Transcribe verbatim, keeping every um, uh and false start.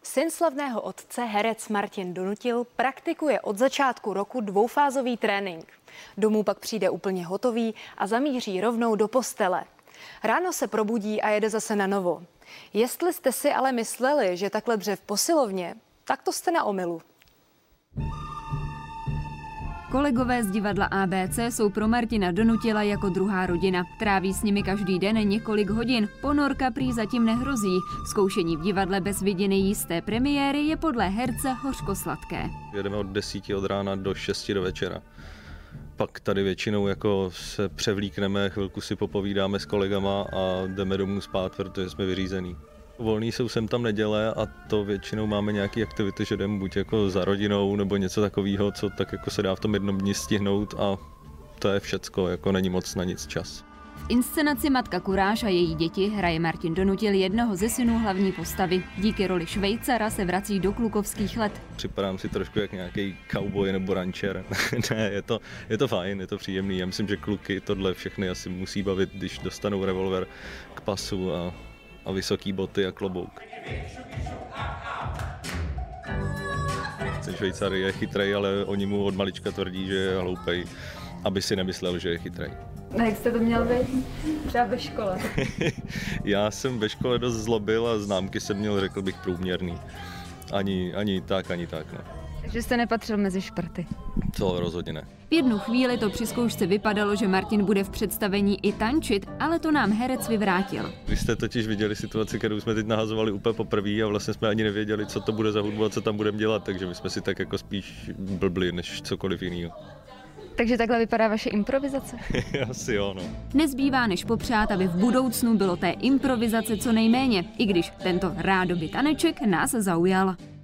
Syn slavného otce, herec Martin Donutil, praktikuje od začátku roku dvoufázový trénink. Domů pak přijde úplně hotový a zamíří rovnou do postele. Ráno se probudí a jede zase na novo. Jestli jste si ale mysleli, že takhle dře v posilovně, tak to jste na omylu. Kolegové z divadla A B C jsou pro Martina Donutila jako druhá rodina. Tráví s nimi každý den několik hodin. Ponorka prý zatím nehrozí. Zkoušení v divadle bez viděny jisté premiéry je podle herce hořkosladké. Jedeme od desíti od rána do šesti do večera. Pak tady většinou jako se převlíkneme, chvilku si popovídáme s kolegama a jdeme domů spát, protože jsme vyřízený. Volný jsou sem tam neděle a to většinou máme nějaké aktivity, že jdeme buď jako za rodinou nebo něco takového, co tak jako se dá v tom jednom dni stihnout a to je všecko, jako není moc na nic čas. V inscenaci Matka Kuráž a její děti hraje Martin Donutil jednoho ze synů hlavní postavy. Díky roli Švejcara se vrací do klukovských let. Připadám si trošku jak nějaký cowboy nebo rancher. Ne, je to, je to fajn, je to příjemný. Já myslím, že kluky tohle všechny asi musí bavit, když dostanou revolver k pasu a, a vysoký boty a klobouk. Ten Švejcar je chytrej, ale oni mu od malička tvrdí, že je hloupej, aby si nemyslel, že je chytrej. A jak jste to měl být? Třeba ve škole? Já jsem ve škole dost zlobil a známky jsem měl, řekl bych, průměrný. Ani, ani tak, ani tak, ne. Takže jste nepatřil mezi šprty? Co, rozhodně ne. V jednu chvíli to při zkoušce vypadalo, že Martin bude v představení i tančit, ale to nám herec vyvrátil. Vy jste totiž viděli situaci, kterou jsme teď nahazovali úplně poprvé a vlastně jsme ani nevěděli, co to bude za hudbu a co tam budeme dělat, takže my jsme si tak jako spíš blbli než cokoliv jiného. Takže takhle vypadá vaše improvizace? Asi jo, no. Nezbývá než popřát, aby v budoucnu bylo té improvizace co nejméně, i když tento rádoby taneček nás zaujal.